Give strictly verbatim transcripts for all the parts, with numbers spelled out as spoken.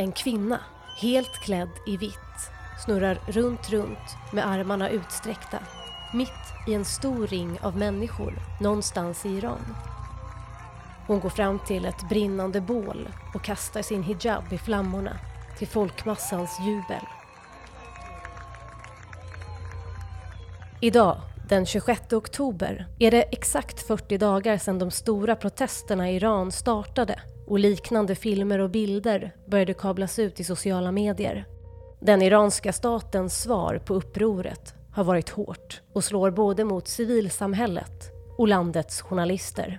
En kvinna, helt klädd i vitt, snurrar runt runt med armarna utsträckta, mitt i en stor ring av människor någonstans i Iran. Hon går fram till ett brinnande bål och kastar sin hijab i flammorna till folkmassans jubel. Idag, den tjugosjätte oktober, är det exakt fyrtio dagar sedan de stora protesterna i Iran startade och liknande filmer och bilder började kablas ut i sociala medier. Den iranska statens svar på upproret har varit hårt och slår både mot civilsamhället och landets journalister.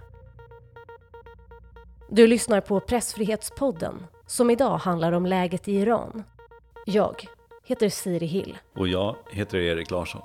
Du lyssnar på Pressfrihetspodden som idag handlar om läget i Iran. Jag heter Siri Hill. Och jag heter Erik Larsson.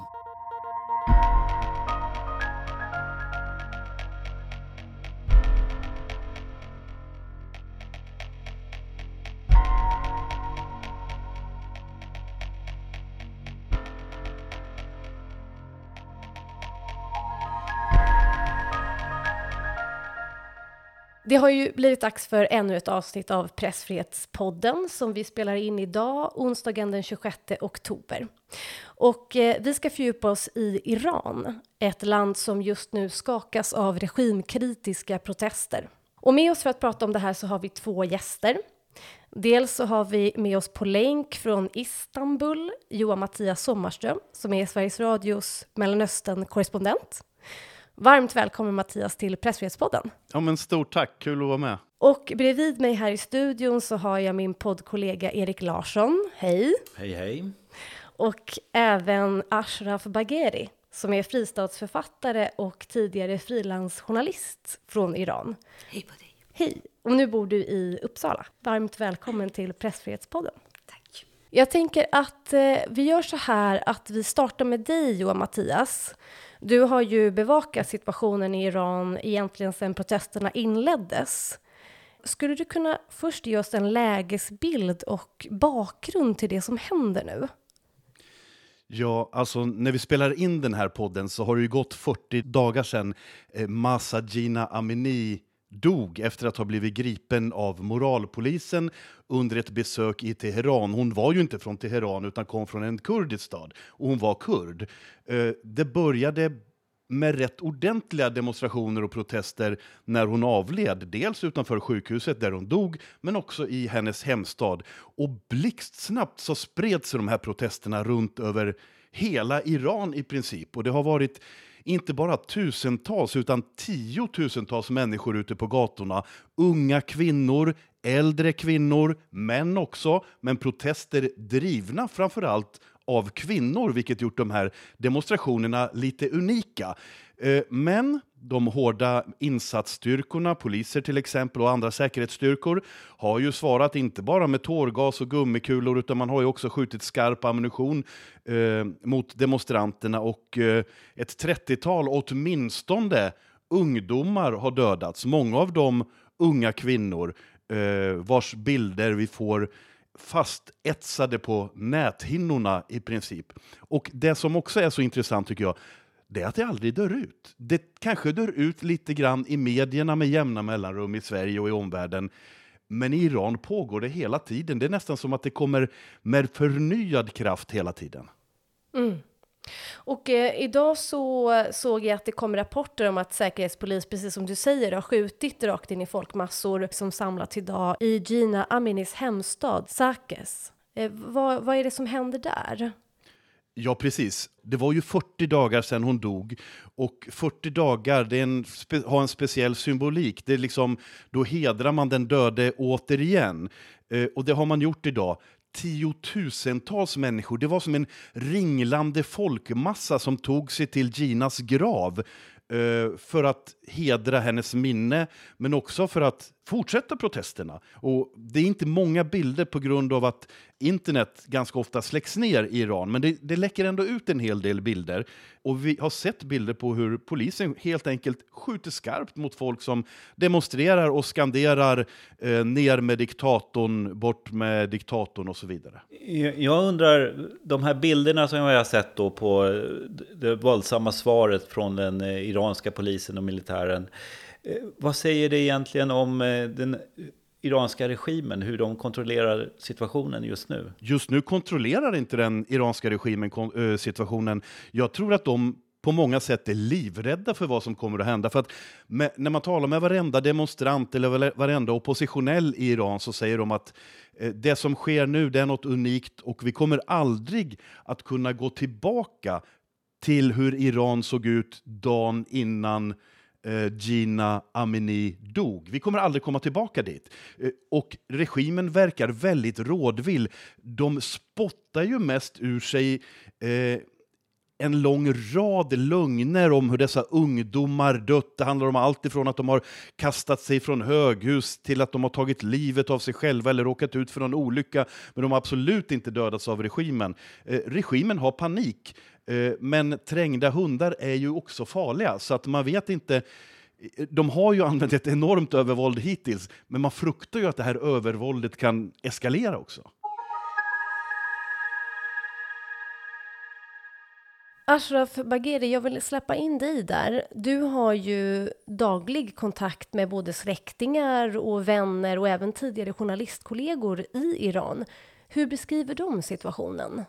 Det har ju blivit dags för ännu ett avsnitt av Pressfrihetspodden som vi spelar in idag, onsdagen den tjugosjätte oktober. Och eh, vi ska fördjupa oss i Iran, ett land som just nu skakas av regimkritiska protester. Och med oss för att prata om det här så har vi två gäster. Dels så har vi med oss på länk från Istanbul Johan Mattias Sommarström som är Sveriges Radios Mellanöstern-korrespondent. Varmt välkommen Mattias till Pressfrihetspodden. Ja men stort tack, kul att vara med. Och bredvid mig här i studion så har jag min poddkollega Erik Larsson. Hej! Hej hej! Och även Ashraf Bagheri som är fristadsförfattare och tidigare frilansjournalist från Iran. Hej på dig! Hej! Och nu bor du i Uppsala. Varmt välkommen till Pressfrihetspodden. Tack! Jag tänker att eh, vi gör så här att vi startar med dig Johan Mattias. Du har ju bevakat situationen i Iran egentligen sedan protesterna inleddes. Skulle du kunna först ge oss en lägesbild och bakgrund till det som händer nu? Ja, alltså när vi spelar in den här podden så har det ju gått fyrtio dagar sedan eh, Mahsa Jina Amini dog efter att ha blivit gripen av moralpolisen under ett besök i Teheran. Hon var ju inte från Teheran utan kom från en kurdisk stad och hon var kurd. Eh, det började med rätt ordentliga demonstrationer och protester när hon avled. Dels utanför sjukhuset där hon dog men också i hennes hemstad. Och blixtsnabbt så spred sig de här protesterna runt över hela Iran i princip. Och det har varit inte bara tusentals utan tiotusentals människor ute på gatorna. Unga kvinnor, äldre kvinnor, män också. Men protester drivna framförallt av kvinnor, vilket gjort de här demonstrationerna lite unika. Men de hårda insatsstyrkorna, poliser till exempel och andra säkerhetsstyrkor har ju svarat inte bara med tårgas och gummikulor utan man har ju också skjutit skarp ammunition eh, mot demonstranterna och eh, ett trettiotal åtminstone ungdomar har dödats. Många av dem unga kvinnor eh, vars bilder vi får fast etsade på näthinnorna i princip. Och det som också är så intressant tycker jag, det är att det aldrig dör ut. Det kanske dör ut lite grann i medierna med jämna mellanrum i Sverige och i omvärlden. Men i Iran pågår det hela tiden. Det är nästan som att det kommer med förnyad kraft hela tiden. Mm. Och eh, idag så såg jag att det kom rapporter om att säkerhetspolis, precis som du säger, har skjutit rakt in i folkmassor som samlats idag i Jina Aminis hemstad, Saqqez. Eh, vad, vad är det som händer där? Ja, precis. Det var ju fyrtio dagar sedan hon dog. Och fyrtio dagar, det är en spe- har en speciell symbolik. Det är liksom, då hedrar man den döde återigen. Eh, och det har man gjort idag. Tiotusentals människor. Det var som en ringlande folkmassa som tog sig till Ginas grav eh, för att hedra hennes minne, men också för att fortsätta protesterna. Och det är inte många bilder på grund av att internet ganska ofta släcks ner i Iran, men det, det läcker ändå ut en hel del bilder. Och vi har sett bilder på hur polisen helt enkelt skjuter skarpt mot folk som demonstrerar och skanderar eh, ner med diktatorn, bort med diktatorn och så vidare. Jag undrar, de här bilderna som jag har sett då på det våldsamma svaret från den iranska polisen och militären, vad säger det egentligen om den iranska regimen, hur de kontrollerar situationen just nu? Just nu kontrollerar inte den iranska regimen situationen. Jag tror att de på många sätt är livrädda för vad som kommer att hända. För att med, när man talar med varenda demonstrant eller varenda oppositionell i Iran så säger de att eh, det som sker nu, det är något unikt och vi kommer aldrig att kunna gå tillbaka till hur Iran såg ut dagen innan eh, Gina Amini dog. Vi kommer aldrig komma tillbaka dit. Eh, och regimen verkar väldigt rådvill. De spottar ju mest ur sig eh, en lång rad lögner om hur dessa ungdomar dött. Det handlar om allt ifrån att de har kastat sig från höghus till att de har tagit livet av sig själva eller råkat ut för någon olycka. Men de har absolut inte dödats av regimen. Eh, regimen har panik. Eh, men trängda hundar är ju också farliga. Så att man vet inte... De har ju använt ett enormt övervåld hittills. Men man fruktar ju att det här övervåldet kan eskalera också. Ashraf Bagheri, jag vill släppa in dig där. Du har ju daglig kontakt med både släktingar och vänner och även tidigare journalistkollegor i Iran. Hur beskriver de situationen?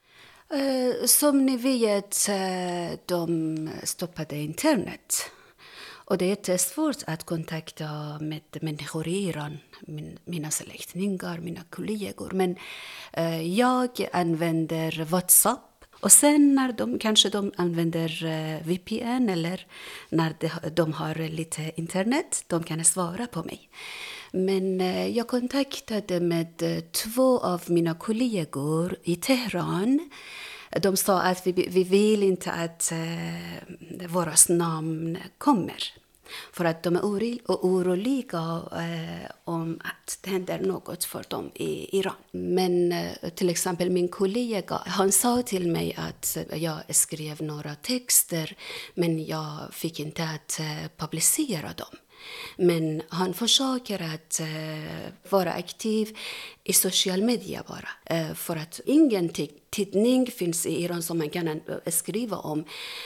Uh, som ni vet, uh, de stoppade internet. Och det är jättesvårt att kontakta med människor i Iran, min, mina släktingar, mina kollegor. Men uh, jag använder WhatsApp. Och sen när de kanske de använder uh, V P N eller när de, de har lite internet, de kan svara på mig. Men uh, jag kontaktade med uh, två av mina kollegor i Teheran. De sa att vi, vi vill inte att uh, våra namn kommer. För att de är oroliga eh, om att det händer något för dem i Iran. Men eh, till exempel min kollega, han sa till mig att jag skrev några texter men jag fick inte att eh, publicera dem. Men han försöker att eh, vara aktiv i social media bara. Eh, för att ingen t- tidning finns i Iran som man kan eh, skriva om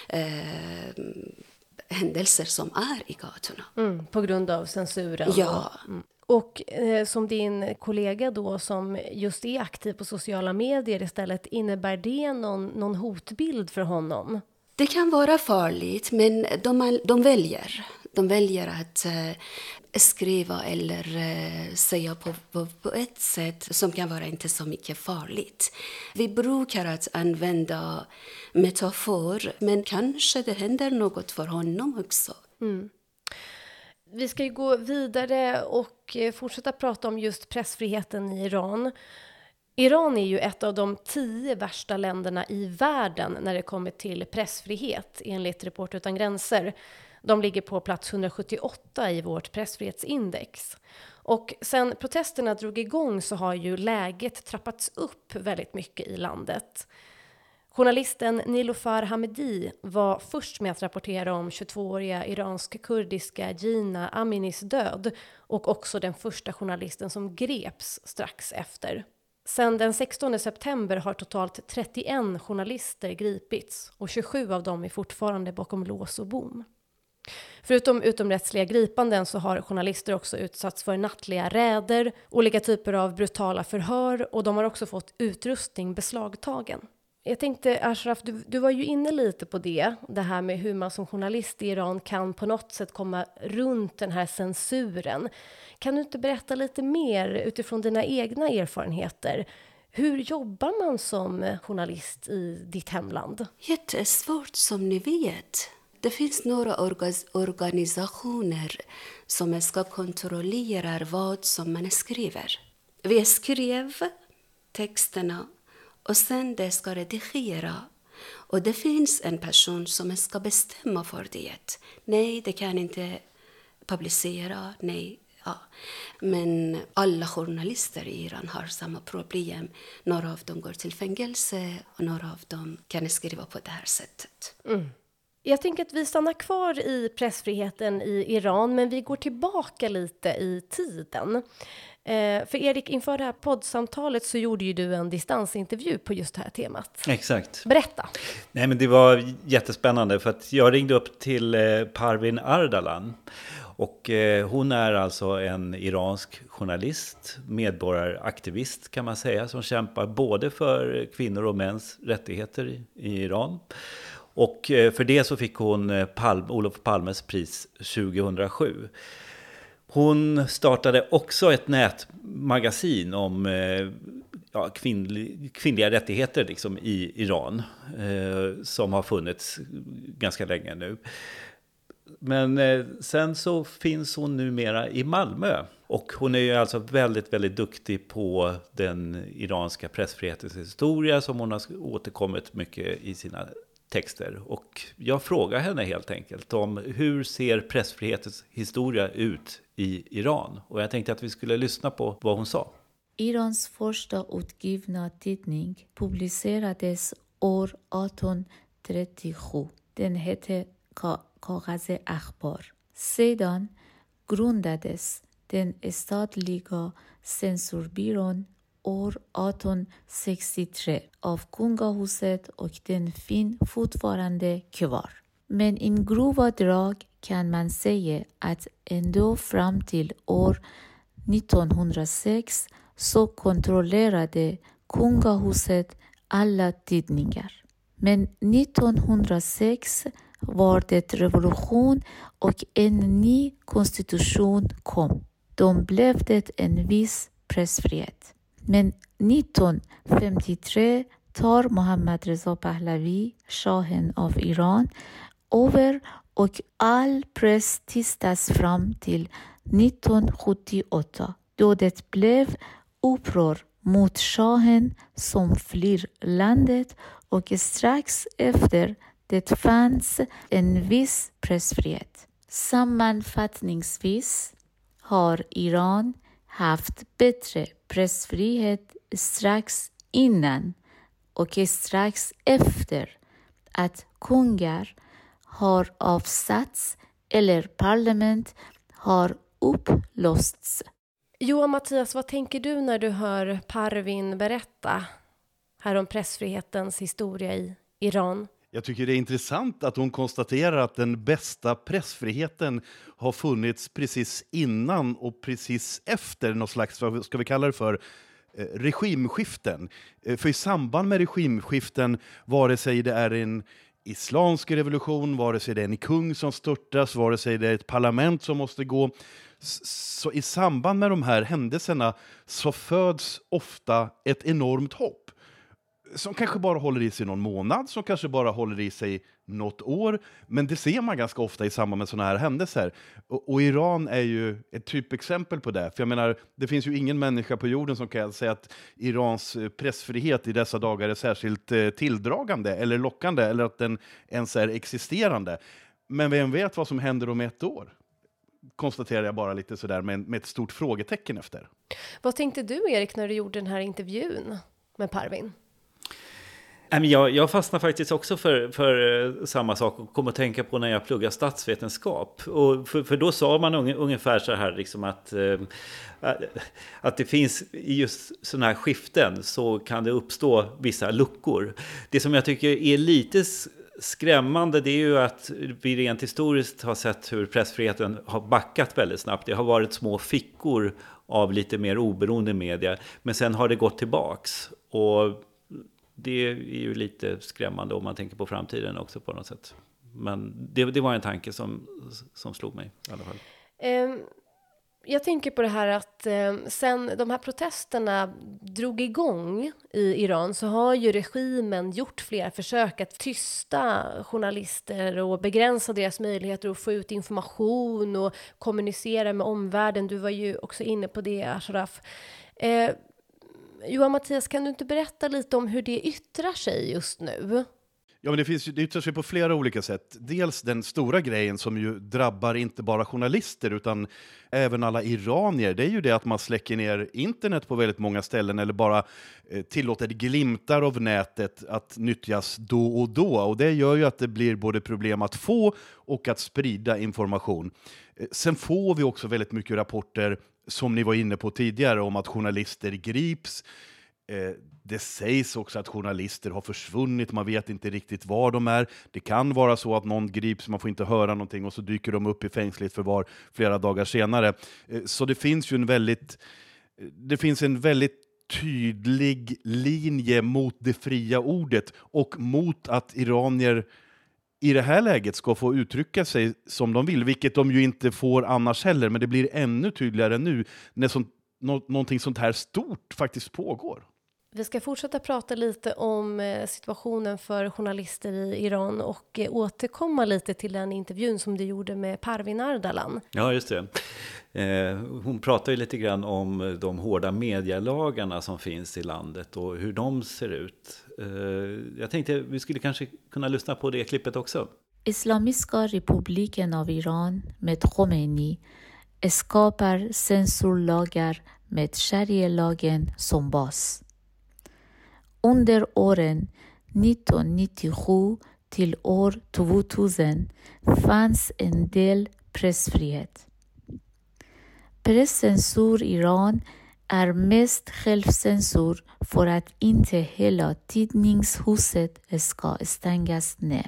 eh, händelser som är i gatorna. Mm, på grund av censuren. Ja. Och, mm. och eh, som din kollega då som just är aktiv på sociala medier istället, innebär det någon, någon hotbild för honom? Det kan vara farligt, men de, de väljer. De väljer att eh, skriva eller eh, säga på, på, på ett sätt som kan vara inte så mycket farligt. Vi brukar att använda metafor, men kanske det händer något för honom också. Mm. Vi ska ju gå vidare och fortsätta prata om just pressfriheten i Iran. Iran är ju ett av de tio värsta länderna i världen när det kommer till pressfrihet, enligt Reporter utan gränser. De ligger på plats hundrasjuttioåtta i vårt pressfrihetsindex. Och sen protesterna drog igång så har ju läget trappats upp väldigt mycket i landet. Journalisten Niloufar Hamedi var först med att rapportera om tjugotvååriga iransk-kurdiska Gina Aminis död och också den första journalisten som greps strax efter. Sen den sextonde september har totalt trettioen journalister gripits och tjugosju av dem är fortfarande bakom lås och bom. Förutom utomrättsliga gripanden så har journalister också utsatts för nattliga räder, olika typer av brutala förhör och de har också fått utrustning beslagtagen. Jag tänkte, Ashraf, du, du var ju inne lite på det, det här med hur man som journalist i Iran kan på något sätt komma runt den här censuren. Kan du inte berätta lite mer utifrån dina egna erfarenheter? Hur jobbar man som journalist i ditt hemland? Jättesvårt som ni vet. Det finns några orga- organisationer som ska kontrollera vad som man skriver. Vi skrev texterna och sen det ska redigera. Och det finns en person som ska bestämma för det. Nej, det kan inte publicera. Nej, ja. Men alla journalister i Iran har samma problem. Några av dem går till fängelse och några av dem kan skriva på det här sättet. Mm. Jag tänker att vi stannar kvar i pressfriheten i Iran, men vi går tillbaka lite i tiden. Eh, för Erik, inför det här poddsamtalet så gjorde ju du en distansintervju på just det här temat. Exakt. Berätta. Nej, men det var jättespännande för att jag ringde upp till eh, Parvin Ardalan. Och eh, hon är alltså en iransk journalist, medborgaraktivist kan man säga, som kämpar både för kvinnor och mäns rättigheter i, i Iran. Och eh, för det så fick hon Palme, Olof Palmes pris tjugohundrasju. Hon startade också ett nätmagasin om eh, ja, kvinnliga, kvinnliga rättigheter liksom, i Iran, eh, som har funnits ganska länge nu. Men eh, sen så finns hon numera i Malmö. Och hon är ju alltså väldigt, väldigt duktig på den iranska pressfrihetens historia, som hon har återkommit mycket i sina texter. Och jag frågar henne helt enkelt om hur ser pressfrihetens historia ut i Iran. Och jag tänkte att vi skulle lyssna på vad hon sa. Irans första utgivna tidning publicerades år arton trettiosju. Den hette Kagaz Akhbar. Sedan grundades den statliga censurbyrån år arton sextiotre av kungahuset och den finns fortfarande kvar. Men i grova drag kan man säga att ändå fram till år nittonhundrasex så kontrollerade kungahuset alla tidningar. Men nittonhundrasex var det revolution och en ny konstitution kom. Då blev det en viss pressfrihet. Men nittonhundrafemtiotre tar Mohammad Reza Pahlavi, shahen av Iran, över och all press tystas fram till nittonhundrasjuttioåtta, då det blev uppror mot shahen som flyr landet, och strax efter det fanns en viss pressfrihet. Sammanfattningsvis har Iran haft bättre pressfrihet strax innan och strax efter att kungar har avsatts eller parlament har upplösts. Johan Mattias, vad tänker du när du hör Parvin berätta här om pressfrihetens historia i Iran? Jag tycker det är intressant att hon konstaterar att den bästa pressfriheten har funnits precis innan och precis efter något slags, vad ska vi kalla det för, eh, regimskiften. Eh, för i samband med regimskiften, vare sig det är en islamsk revolution, vare sig det är en kung som störtas, vare sig det är ett parlament som måste gå, så i samband med de här händelserna så föds ofta ett enormt hopp. Som kanske bara håller i sig någon månad, som kanske bara håller i sig något år. Men det ser man ganska ofta i samband med sådana här händelser. Och, och Iran är ju ett typexempel på det. För jag menar, det finns ju ingen människa på jorden som kan säga att Irans pressfrihet i dessa dagar är särskilt eh, tilldragande eller lockande, eller att den ens är existerande. Men vem vet vad som händer om ett år? Konstaterar jag bara lite sådär med, med ett stort frågetecken efter. Vad tänkte du, Erik, när du gjorde den här intervjun med Parvin? Jag, jag fastnar faktiskt också för, för samma sak och kom att tänka på när jag pluggade statsvetenskap. Och för, för då sa man unge, ungefär så här liksom att, äh, att det finns i just sådana här skiften så kan det uppstå vissa luckor. Det som jag tycker är lite skrämmande, det är ju att vi rent historiskt har sett hur pressfriheten har backat väldigt snabbt. Det har varit små fickor av lite mer oberoende media, men sen har det gått tillbaks. Och det är ju lite skrämmande om man tänker på framtiden också på något sätt. Men det, det var en tanke som, som slog mig i alla fall. Um, jag tänker på det här att um, sen de här protesterna drog igång i Iran så har ju regimen gjort flera försök att tysta journalister och begränsa deras möjligheter att få ut information och kommunicera med omvärlden. Du var ju också inne på det, Ashraf. Uh, Johan Mattias, kan du inte berätta lite om hur det yttrar sig just nu? Ja, men det, finns, det yttrar sig på flera olika sätt. Dels den stora grejen som ju drabbar inte bara journalister utan även alla iranier. Det är ju det att man släcker ner internet på väldigt många ställen eller bara eh, tillåter glimtar av nätet att nyttjas då och då. Och det gör ju att det blir både problem att få och att sprida information. Eh, sen får vi också väldigt mycket rapporter som ni var inne på tidigare om att journalister grips. Eh, Det sägs också att journalister har försvunnit, man vet inte riktigt var de är. Det kan vara så att någon grips, man får inte höra någonting och så dyker de upp i fängsligt förvar flera dagar senare. Så det finns ju en väldigt, det finns en väldigt tydlig linje mot det fria ordet och mot att iranier i det här läget ska få uttrycka sig som de vill, vilket de ju inte får annars heller, men det blir ännu tydligare nu när sånt, nå, någonting sånt här stort faktiskt pågår. Vi ska fortsätta prata lite om situationen för journalister i Iran och återkomma lite till den intervjun som du gjorde med Parvin Ardalan. Ja, just det. Eh, hon pratar ju lite grann om de hårda medialagarna som finns i landet och hur de ser ut. Eh, jag tänkte vi skulle kanske kunna lyssna på det klippet också. Islamiska republiken av Iran med Khomeini skapar censurlagar med sharia-lagen som bas. Under åren nittonhundranittiosju till år tvåtusen fanns en del pressfrihet. Presscensur i Iran är mest självcensur för att inte hela tidningshuset ska stängas ner.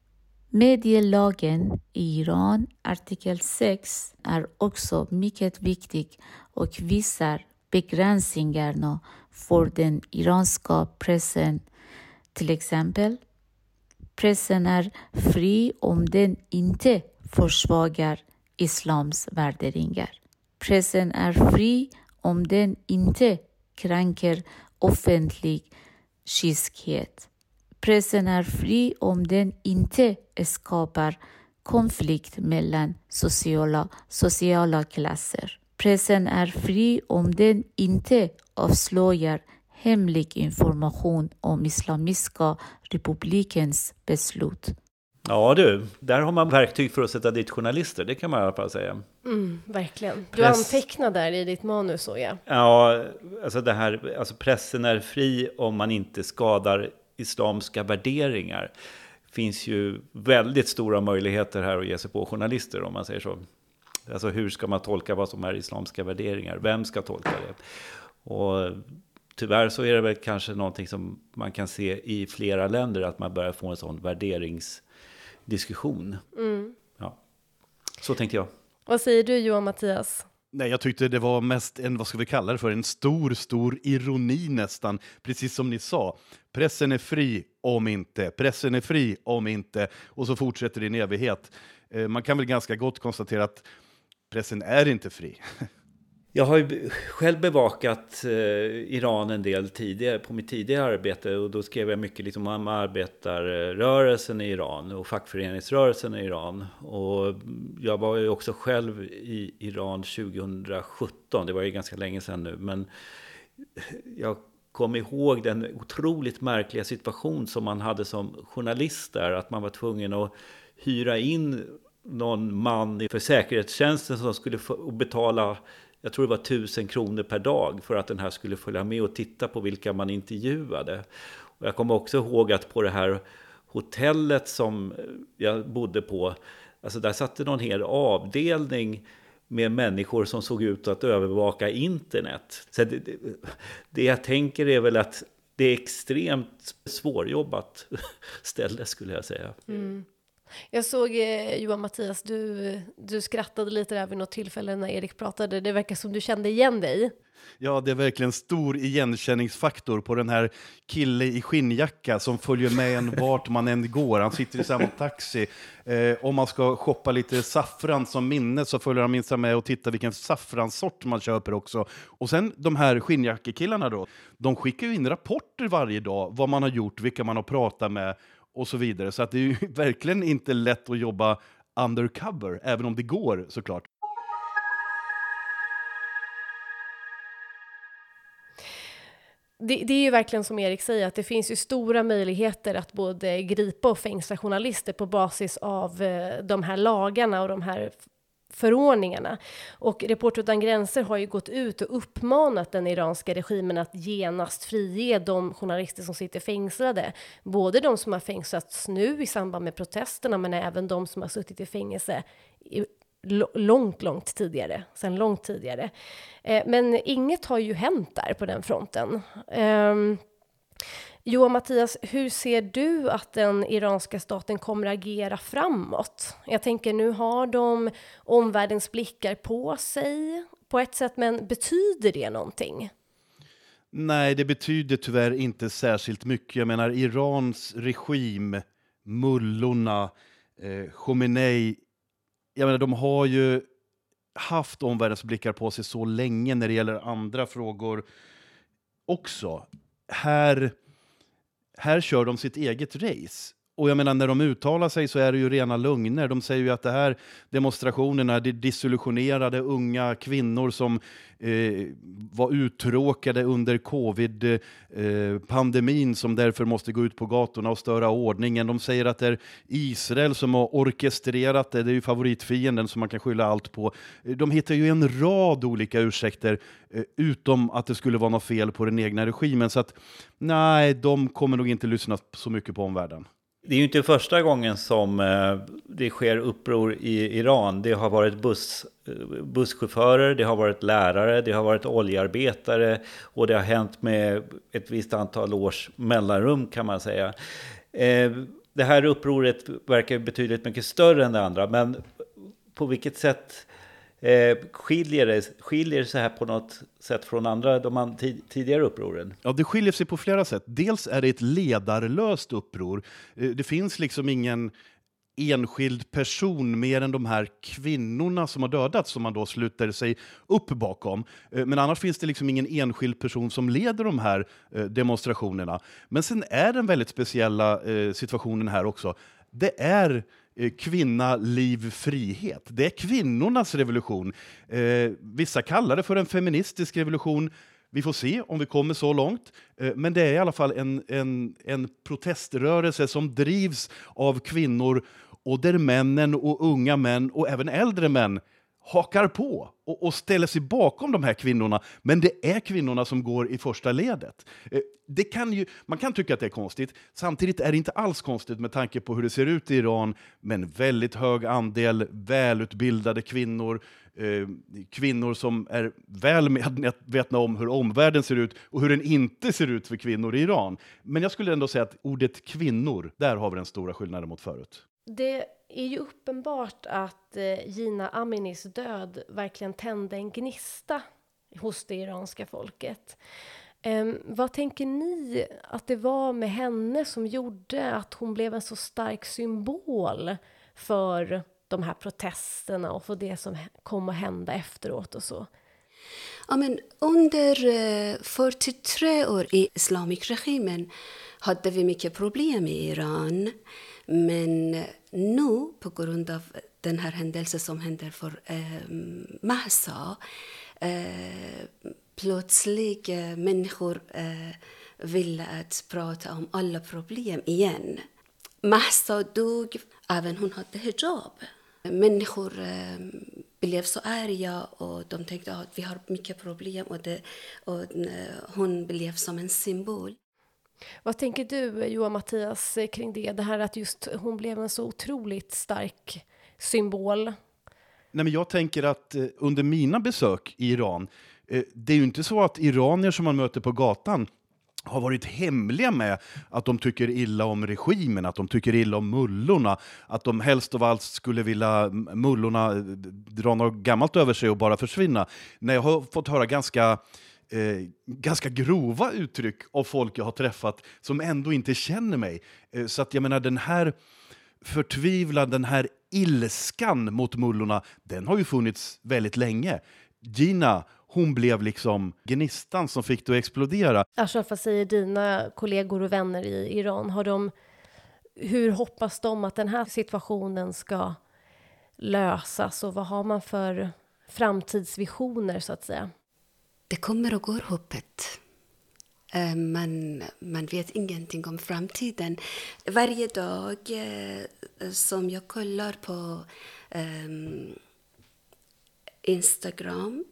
Medielagen i Iran, artikel sex, är också mycket viktig och visar begränsningarna för den iranska pressen. Till exempel, pressen är fri om den inte försvagar islams värderingar. Pressen är fri om den inte kränker offentlig kyskhet. Pressen är fri om den inte skapar konflikt mellan sociala, sociala klasser. Pressen är fri om den inte avslöjar hemlig information om Islamiska republikens beslut. Ja du, där har man verktyg för att sätta dit journalister, det kan man i alla fall säga. Mm, verkligen. Du Press... antecknar där i ditt manus, så ja. Ja, alltså det här, alltså pressen är fri om man inte skadar islamska värderingar. Det finns ju väldigt stora möjligheter här att ge sig på journalister, om man säger så. Alltså hur ska man tolka vad som är islamska värderingar? Vem ska tolka det? Och tyvärr så är det väl kanske någonting som man kan se i flera länder, att man börjar få en sån värderingsdiskussion. Mm. Ja. Så tänkte jag. Vad säger du, Johan Mattias? Nej, jag tyckte det var mest en, vad ska vi kalla det för, en stor, stor ironi nästan. Precis som ni sa, pressen är fri om inte, pressen är fri om inte. Och så fortsätter det i en evighet. Eh, man kan väl ganska gott konstatera att pressen är inte fri. Jag har ju själv bevakat eh, Iran en del tidigare, på mitt tidigare arbete, och då skrev jag mycket liksom om arbetarrörelsen i Iran och fackföreningsrörelsen i Iran. Och jag var ju också själv i Iran tjugosjutton, det var ju ganska länge sedan nu, men jag kom ihåg den otroligt märkliga situation som man hade som journalist där, att man var tvungen att hyra in någon man för säkerhetstjänsten som skulle få betala, jag tror det var tusen kronor per dag för att den här skulle följa med och titta på vilka man intervjuade. Och jag kommer också ihåg att på det här hotellet som jag bodde på, alltså där satt det någon hel avdelning med människor som såg ut att övervaka internet. Så det, det, det jag tänker är väl att det är extremt svårjobbat ställe, skulle jag säga. Mm. Jag såg, eh, Johan Mattias, du, du skrattade lite där vid något tillfälle när Erik pratade. Det verkar som du kände igen dig. Ja, det är verkligen stor igenkänningsfaktor på den här kille i skinnjacka som följer med en vart man än går. Han sitter i samma taxi. Eh, om man ska shoppa lite saffran som minne så följer han minst med och tittar vilken saffransort man köper också. Och sen de här skinnjackekillarna då, de skickar ju in rapporter varje dag, vad man har gjort, vilka man har pratat med och så vidare. Så att det är ju verkligen inte lätt att jobba undercover, även om det går såklart. Det, det är ju verkligen som Erik säger, att det finns ju stora möjligheter att både gripa och fängsla journalister på basis av eh, de här lagarna och de här förordningarna. Och Reporter utan gränser har ju gått ut och uppmanat den iranska regimen att genast frige de journalister som sitter fängslade. Både de som har fängslats nu i samband med protesterna, men även de som har suttit i fängelse i långt, långt tidigare, sedan långt tidigare. Eh, men inget har ju hänt där på den fronten. Eh, Johan Mattias, hur ser du att den iranska staten kommer att agera framåt? Jag tänker, nu har de omvärldens blickar på sig på ett sätt, men betyder det någonting? Nej, det betyder tyvärr inte särskilt mycket. Jag menar, Irans regim, mullorna, eh, Khomeini, jag menar, de har ju haft omvärldens blickar på sig så länge när det gäller andra frågor också. Här, här kör de sitt eget race. Och jag menar, när de uttalar sig så är det ju rena lögner. De säger ju att det här demonstrationerna, det disillusionerade unga kvinnor som eh, var uttråkade under covid-pandemin eh, som därför måste gå ut på gatorna och störa ordningen. De säger att det är Israel som har orkestrerat det. Det är ju favoritfienden som man kan skylla allt på. De hittar ju en rad olika ursäkter eh, utom att det skulle vara något fel på den egna regimen. Så att nej, de kommer nog inte lyssna så mycket på omvärlden. Det är ju inte första gången som eh, det sker uppror i Iran. Det har varit buss, busschaufförer, det har varit lärare, det har varit oljearbetare och det har hänt med ett visst antal års mellanrum, kan man säga. Eh, det här upproret verkar betydligt mycket större än det andra, men på vilket sätt Eh, skiljer det skiljer sig här på något sätt från andra de man tid, tidigare upproren? Ja, det skiljer sig på flera sätt. Dels är det ett ledarlöst uppror. Eh, det finns liksom ingen enskild person mer än de här kvinnorna som har dödats som man då sluter sig upp bakom. Eh, men annars finns det liksom ingen enskild person som leder de här eh, demonstrationerna. Men sen är den väldigt speciella eh, situationen här också. Det är kvinna, liv, frihet. Det är kvinnornas revolution. Eh, vissa kallar det för en feministisk revolution. Vi får se om vi kommer så långt. Eh, men det är i alla fall en, en, en proteströrelse som drivs av kvinnor och där männen och unga män och även äldre män hakar på och, och ställer sig bakom de här kvinnorna. Men det är kvinnorna som går i första ledet. Eh, det kan ju, man kan tycka att det är konstigt. Samtidigt är det inte alls konstigt med tanke på hur det ser ut i Iran. Med en väldigt hög andel välutbildade kvinnor. Eh, kvinnor som är väl medvetna om hur omvärlden ser ut och hur den inte ser ut för kvinnor i Iran. Men jag skulle ändå säga att ordet kvinnor, där har vi den stora skillnaden mot förut. Det är ju uppenbart att eh, Jina Aminis död verkligen tände en gnista hos det iranska folket. Eh, vad tänker ni att det var med henne som gjorde att hon blev en så stark symbol för de här protesterna och för det som kom att hända efteråt och så? Ja, men under eh, fyrtiotre år i islamikregimen hade vi mycket problem i Iran. Men nu, på grund av den här händelsen som händer för eh, Mahsa, eh, plötsligt eh, människor eh, ville att prata om alla problem igen. Mahsa dog, även hon hade hijab. Människor eh, blev så arga och de tänkte att vi har mycket problem och, det, och eh, hon blev som en symbol. Vad tänker du, Johan Mattias, kring det? Det här att just hon blev en så otroligt stark symbol. Nej, men jag tänker att eh, under mina besök i Iran, eh, det är ju inte så att iranier som man möter på gatan har varit hemliga med att de tycker illa om regimen, att de tycker illa om mullorna, att de helst av allt skulle vilja mullorna dra något gammalt över sig och bara försvinna. Nej, jag har fått höra ganska Eh, ganska grova uttryck av folk jag har träffat som ändå inte känner mig. Eh, så att jag menar, den här förtvivlan, den här ilskan mot mullorna, den har ju funnits väldigt länge. Jina, hon blev liksom gnistan som fick det att explodera. Ashraf, vad säger dina kollegor och vänner i Iran? Har de, hur hoppas de att den här situationen ska lösas och vad har man för framtidsvisioner så att säga? Det kommer och går hoppet. Man, man vet ingenting om framtiden. Varje dag som jag kollar på um, Instagram,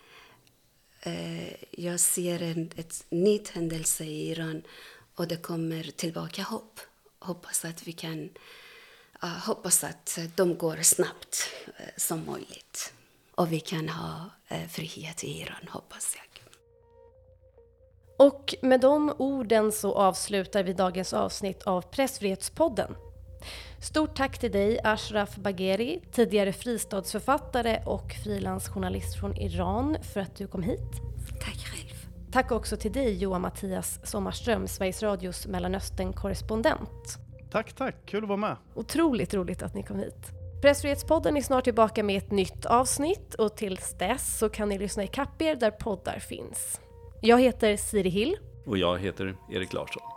uh, jag ser en ett nytt händelse i Iran och det kommer tillbaka hopp. Hoppas att vi kan, uh, hoppas att de går snabbt uh, som möjligt. Och vi kan ha uh, frihet i Iran, hoppas jag. Och med de orden så avslutar vi dagens avsnitt av Pressfrihetspodden. Stort tack till dig Ashraf Bagheri, tidigare fristadsförfattare och frilansjournalist från Iran, för att du kom hit. Tack själv. Tack också till dig Johan Mattias Sommarström, Sveriges Radios Mellanöstern-korrespondent. Tack, tack. Kul att vara med. Otroligt roligt att ni kom hit. Pressfrihetspodden är snart tillbaka med ett nytt avsnitt och tills dess så kan ni lyssna i kapp er där poddar finns. Jag heter Siri Hill. Och jag heter Erik Larsson.